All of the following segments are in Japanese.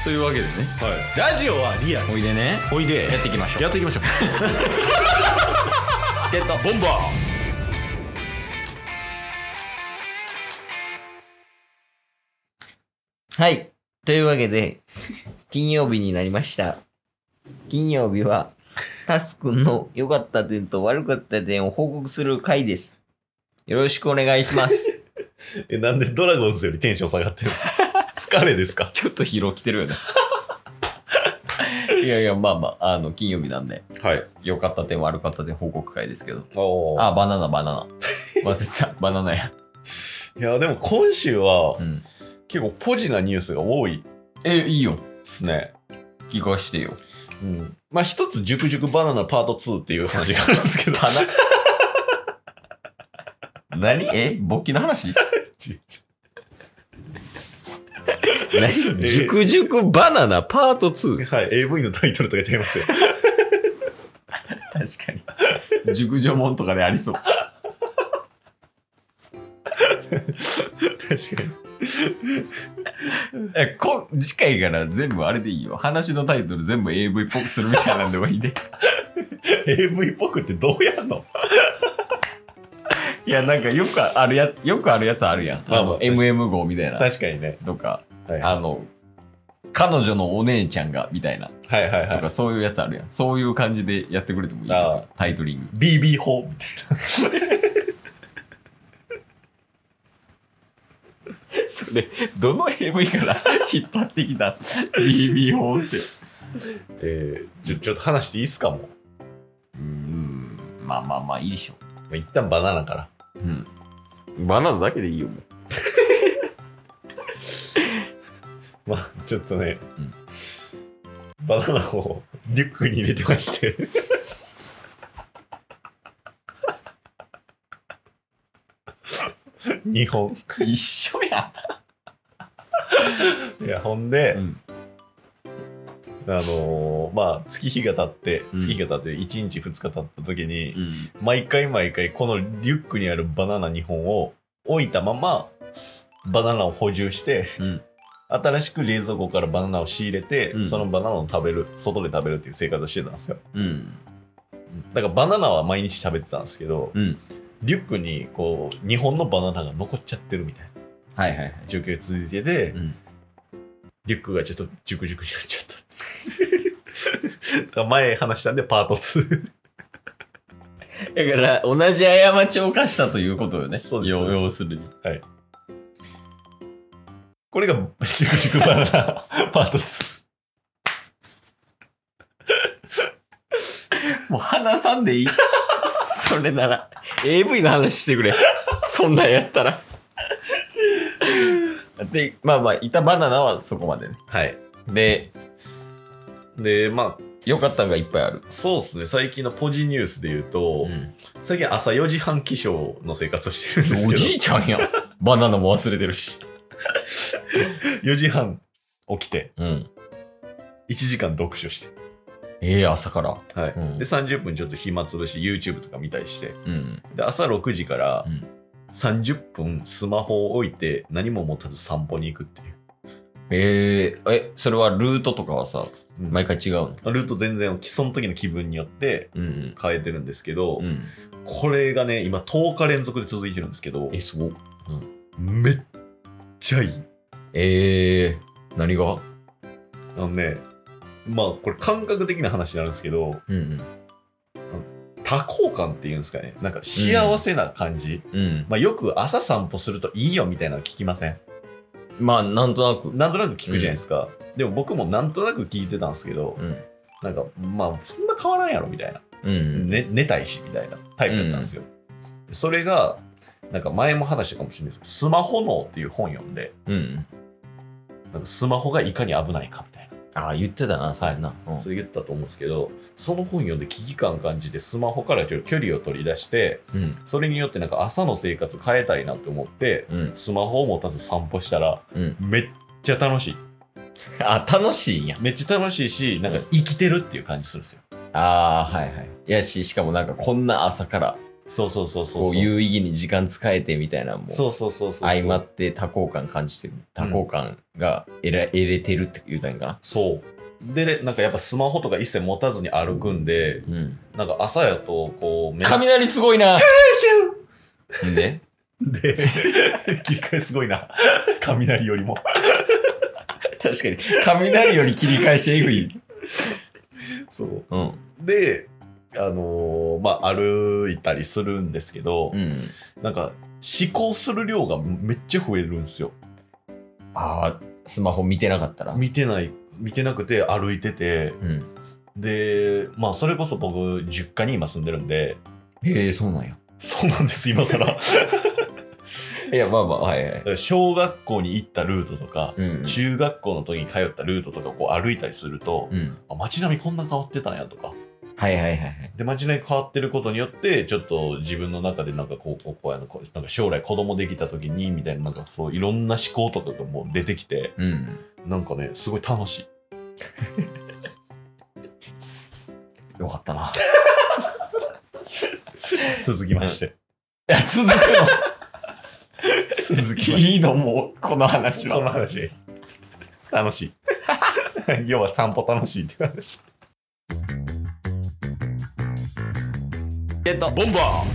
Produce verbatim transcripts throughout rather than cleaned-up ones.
というわけでね、 はい、ラジオはリアル。 おいでね、 おいでやっていきましょう。 やっていきましょう。 ゲットボンバー。 はい。というわけで、金曜日になりました。金曜日は、タスくんの良かった点と悪かった点を報告する回です。よろしくお願いします。 え、なんでドラゴンズよりテンション下がってるんですか？疲れですか？ ちょっと疲労きてるよね。いやいや、まあまあ、あの、金曜日なんで、 はい。 良かった点悪かった点報告会ですけど。 おあ、バナナ、バナナ。忘れてた、バナナや。 いや、でも今週は、 うん、 結構ポジなニュースが多いえ、いいよ。 ですね。 聞かしてよ。 うん。まあ、一つ、ジュクジュクバナナパートツーっていう話があるんですけど。 たな。何え勃起の話何ジュクジュクバナナパートツー。 はい、エーブイ のタイトルとか違いますよ。 確かに。熟女もんとかでありそう。 確かに。 え、こ、次回から全部あれでいいよ。話のタイトル全部 エーブイ っぽくするみたいなんでもいいで。 エーブイ っぽくってどうやんの？ いや、なんかよくあるや、よくあるやつあるやん。あの、エムエム 号みたいな。 確かにね。 とか、 はい、 あの、彼女のお姉ちゃんが、みたいな。 はいはいはい。 とか、そういうやつあるやん。そういう感じでやってくれてもいいですよ。タイトリング。 ビービー 法みたいな。それ、どの エーブイ から引っ張ってきた ビービー 法って。 えー、ちょ、ちょっと話していいっすかもうーん、まあまあまあいいでしょ。 まあ、一旦バナナから。 うん。バナナだけでいいよ、もう。 まあ、ちょっとね、 うん、 バナナをリュックに入れてまして。にほん。 一緒やん。いや、ほんで、 うん、 あのー、まあ、月日が経って、 うん、 月日が経っていちにちふつか経った時に、 うん、 毎回毎回このリュックにあるバナナにほんを置いたまま、バナナを補充して、 うん、 新しく冷蔵庫からバナナを仕入れて、うん、そのバナナを食べる、外で食べるっていう生活をしてたんですよ。 うん。 だからバナナは毎日食べてたんですけど、 うん、 リュックにこう、にほんのバナナが残っちゃってるみたいな。 はいはいはい。 状況が続いてて、うん、リュックがちょっとジュクジュクしちゃっちゃった。前話したんでパートツー。 だから同じ過ちを犯したということよね。 そうです。 要するに。 はい。これがジュクジュクバナナパートツー。もう話さんでいい。それなら エーブイ の話してくれ。そんなんやったら。で、まあまあ、いたバナナはそこまでね。 はい。 で、 で、まあ、 よかったんがいっぱいある。 そうですね。最近のポジニュースで言うと、うん、最近朝よじはん起床の生活をしてるんですけど。 おじいちゃんやん。バナナも忘れてるし。 よじはん起きて、 うん、 いちじかん読書して。 ええー、朝から。 はい、うん。で、さんじゅっぷんちょっと暇つぶし、YouTube とか見たりして。 うん、 で、朝ろくじからさんじゅっぷんスマホを置いて何も持たず散歩に行くっていう。 えー、え、それはルートとかはさ、うん、毎回違うの？ ルート全然、その時の気分によって変えてるんですけど、うんうん、これがね、今とおか連続で続いてるんですけど、 え、すごい。 うん、めっちゃいい。 えー、何が？ あのね、まあこれ感覚的な話になるんですけど、うんうん、多幸感っていうんですかね、なんか幸せな感じ、うんうん、まあよく朝散歩するといいよみたいなの聞きません？ まあなんとなくなんとなく聞くじゃないですか、うん、でも僕もなんとなく聞いてたんですけど、うん、なんかまあそんな変わらんやろみたいな、うんうんね、寝たいしみたいなタイプだったんですよ、うん、それがなんか前も話したかもしれないですけど、スマホ脳っていう本読んで、うん、なんかスマホがいかに危ないかみたいな。 ああ、言ってたな、それな。 はい、うん、それ言ったと思うんですけど、その本読んで危機感感じてスマホからちょっと距離を取り出して、うん、それによってなんか朝の生活変えたいなって思って、うん、スマホを持たず散歩したら、うん、めっちゃ楽しい。 あ、楽しいんや。 めっちゃ楽しいし、なんか生きてるっていう感じするんですよ。 ああ、はいはい。いやし、しかもなんかこんな朝からそうそうそうそう。 こう有意義に時間使えてみたいなのもそうそうそうそう。 相まって多幸感感じてる。多幸感が得ら、得れてるって言うたんやんかな。 そう。で、ね、なんかやっぱスマホとか一切持たずに歩くんで、うん、なんか朝やとこう、 雷すごいな。んでで、切り替えすごいな。雷よりも。 確かに。雷より切り返しえぐい。 そう。うん、で、あのー、まあ、歩いたりするんですけど、うん、なんか、思考する量がめっちゃ増えるんですよ。 ああ、スマホ見てなかったら見てない、見てなくて歩いてて、うん、で、まあ、それこそ僕、実家に今住んでるんで。 へえ、そうなんや。 そうなんです、今更。 いや、まあまあ、はいはい。 小学校に行ったルートとか、うんうん、中学校の時に通ったルートとかこう歩いたりすると、うん、あ、街並みこんな変わってたんやとか。 はいはいはいはい。 で、街並み変わってることによって、ちょっと自分の中でなんかこう、こう、こうやの、なんか将来子供できた時に、みたいな、なんかそういろんな思考とかがもう出てきて、うん、なんかね、すごい楽しい。よかったな。 続きまして。 いや、続くの続きまして。いいのもう、この話は。 この話。楽しい。要は散歩楽しいって話。 ゲットボンバー。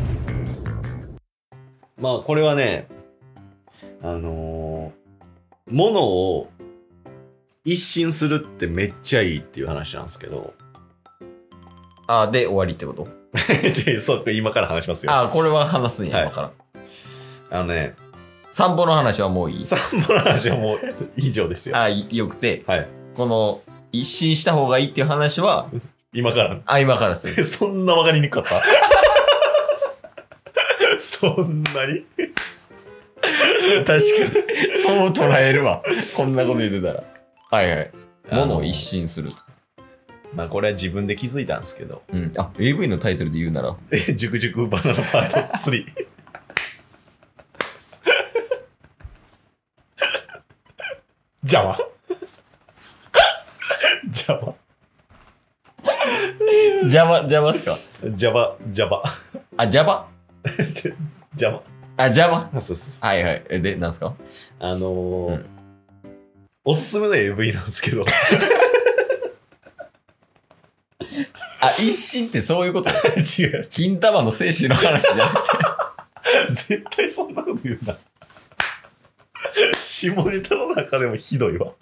まあこれはね、あのー、物を一新するってめっちゃいいっていう話なんですけど。 ああ、で終わりってこと？ そう、今から話しますよ。 ああ、これは話すんや、はい、今から。 あのね、 散歩の話はもういい？ 散歩の話はもう以上ですよ。 ああ、よくて、 はい、 この一新した方がいいっていう話は今から。 あ、今からする。 そんな分かりにくかったそんなに確かに。そう捉えるわ。こんなこと言ってたら。はいはい。物を一新すると。 まあこれは自分で気づいたんですけど。 うん。あ、エーブイ のタイトルで言うなら。 え、ジュクジュクバナナパートスリー。邪魔邪魔邪魔、邪魔っすか？ 邪魔、邪魔。 あ、邪魔邪魔。 あ、邪魔そうそうそう。 はいはい。え、で、なんすか？ あのー、うん、おすすめの エーブイ なんですけど。 あ、一新ってそういうこと？ 違う。 金玉の精子の話じゃなくて。絶対そんなこと言うな。下ネタの中でもひどいわ。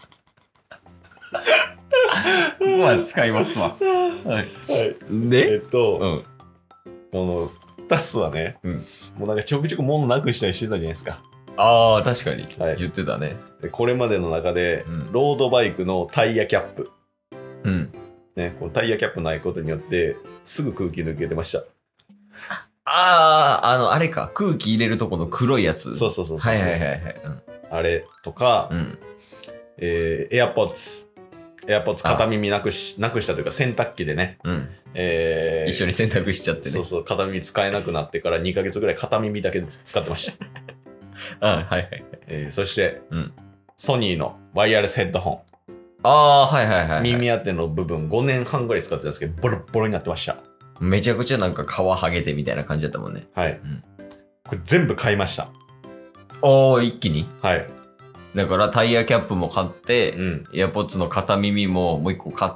ここは使いますわ。はい。はい、で、 えっと、うん、このタスはね、うん、もうなんかちょくちょく物なくしたりしてたじゃないですか。 ああ、確かに、はい、言ってたね。 でこれまでの中で、うん、ロードバイクのタイヤキャップ、うんね、このタイヤキャップないことによってすぐ空気抜けてました。 ああ、あのあれか、空気入れるとこの黒いやつ。 そうそうそうそう。 はいはいはいはい、うん、 あれとか、うん、えー、AirPods。AirPods 片耳なくし、なくしたというか洗濯機でね、うんえー、一緒に洗濯しちゃってね。 そうそう、片耳使えなくなってからにかげつぐらい片耳だけで使ってました。 あはいはい、 えー、そして、うん、ソニーのワイヤレスヘッドホン。 ああー、はいはいはい、はい。 耳当ての部分ごねんはんぐらい使ってたんですけど、ボロボロになってました。 めちゃくちゃなんか皮剥げてみたいな感じだったもんね。 はい。うん、これ全部買いました。 おー、一気に？ はい。 だからタイヤキャップも買って、うん、エアポッツの片耳ももう一個買って、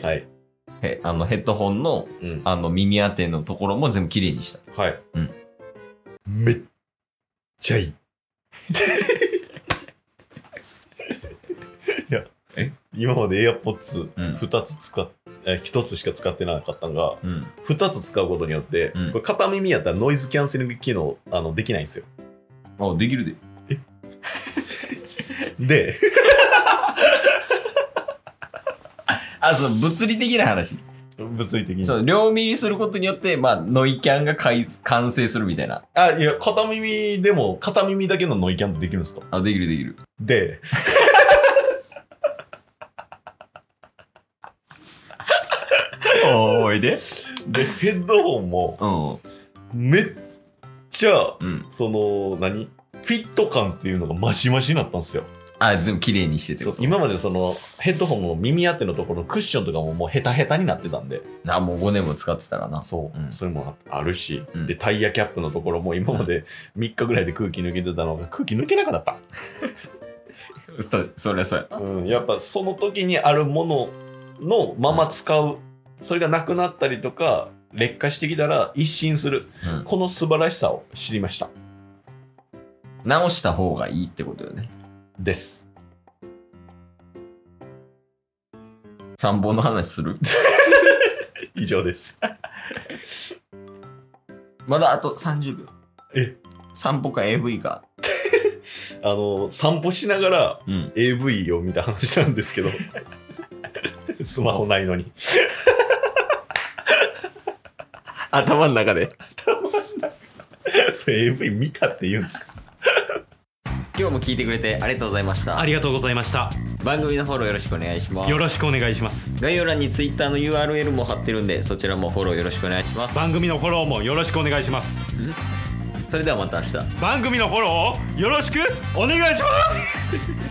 はい、へあのヘッドホンの、うん、あの耳当てのところも全部きれいにした。 はい。うん、めっちゃいい。いや、え今までエアポッツふたつ使っ、うん、ひとつしか使ってなかったのが、うん、ふたつ使うことによって、うん、これ片耳やったらノイズキャンセリング機能あのできないんですよ。 あ、できるで。えであ、その物理的な話。 物理的に。 そう、両耳することによって、まあ、ノイキャンが完成するみたいな。 あ、いや、片耳でも、片耳だけのノイキャンってできるんですか？ あ、できるできる。 で、 おーいでで、ヘッドホンも、うん、めっちゃ、うん、その、何フィット感っていうのがマシマシになったんですよ。 あ、全部綺麗にしててそう今までそのヘッドホンの耳当てのところのクッションとかももうヘタヘタになってたんで。 あ、もうごねんも使ってたらな。 そう、うん、それもあるし、 うん、 でタイヤキャップのところも今までみっかぐらいで空気抜けてたのが空気抜けなくなった。 そ, そりゃそうやった、 うん、やっぱその時にあるもののまま使う、うん、それがなくなったりとか劣化してきたら一新する、うん、この素晴らしさを知りました。 直した方がいいってことよね。 です。 散歩の話する？ 以上です。 まだあとさんじゅうびょう。 え散歩か エーブイ か。 あの散歩しながら エーブイ を見た話なんですけど、うん、スマホないのに頭の中で頭の中それ エーブイ 見たって言うんですか？ 今日も聞いてくれてありがとうございました。 ありがとうございました。 番組のフォローよろしくお願いします。 よろしくお願いします。 概要欄に Twitter の ユーアールエル も貼ってるんで、そちらもフォローよろしくお願いします。 番組のフォローもよろしくお願いします。 それではまた明日。 番組のフォローをよろしくお願いします。